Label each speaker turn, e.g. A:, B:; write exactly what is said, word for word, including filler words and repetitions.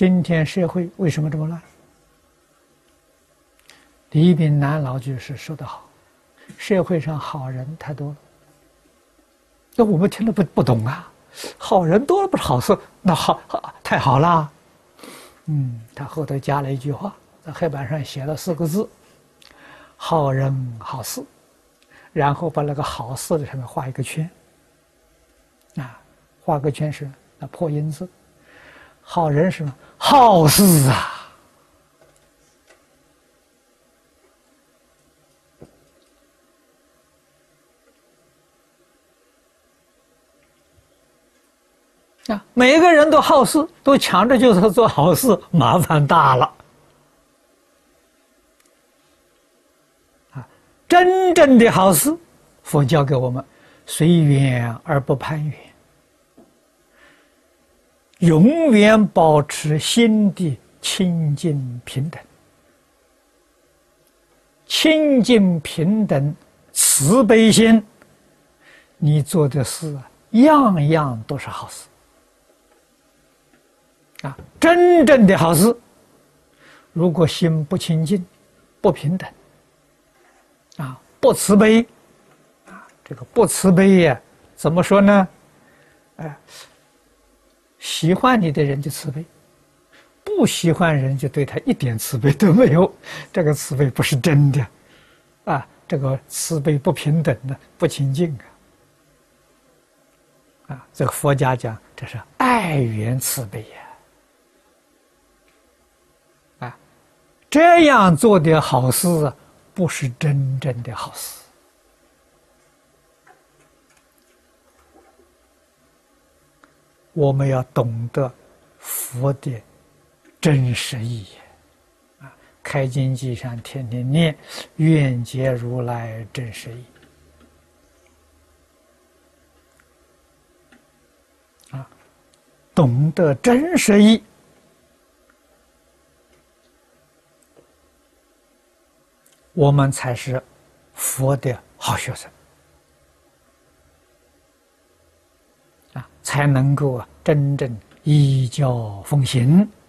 A: 今天社会为什么这么乱？李炳南老居士说得好，社会上好人太多了。那我们听了不不懂啊，好人多了不是好事，那好好太好啦。嗯，他后头加了一句话，在黑板上写了四个字：好人好事，然后把那个好事的上面画一个圈，啊，画个圈是那破音字，好人是什么？好事啊！啊，每个人都好事，都抢着就是做好事，麻烦大了。啊，真正的好事，佛教给我们随缘而不攀缘，永远保持心地清净平等，清净平等慈悲心，你做的事啊，样样都是好事。啊，真正的好事，如果心不清净、不平等，啊，不慈悲，啊，这个不慈悲呀，怎么说呢？哎，喜欢你的人就慈悲，不喜欢人就对他一点慈悲都没有，这个慈悲不是真的，啊，这个慈悲不平等的、不清净啊，啊，这个佛家讲这是爱缘慈悲呀。这样做的好事啊，不是真正的好事。我们要懂得佛的真实意义啊！开经记上天天念“愿解如来真实义”啊，懂得真实义。我们才是佛的好学生啊，才能够啊真正依教奉行。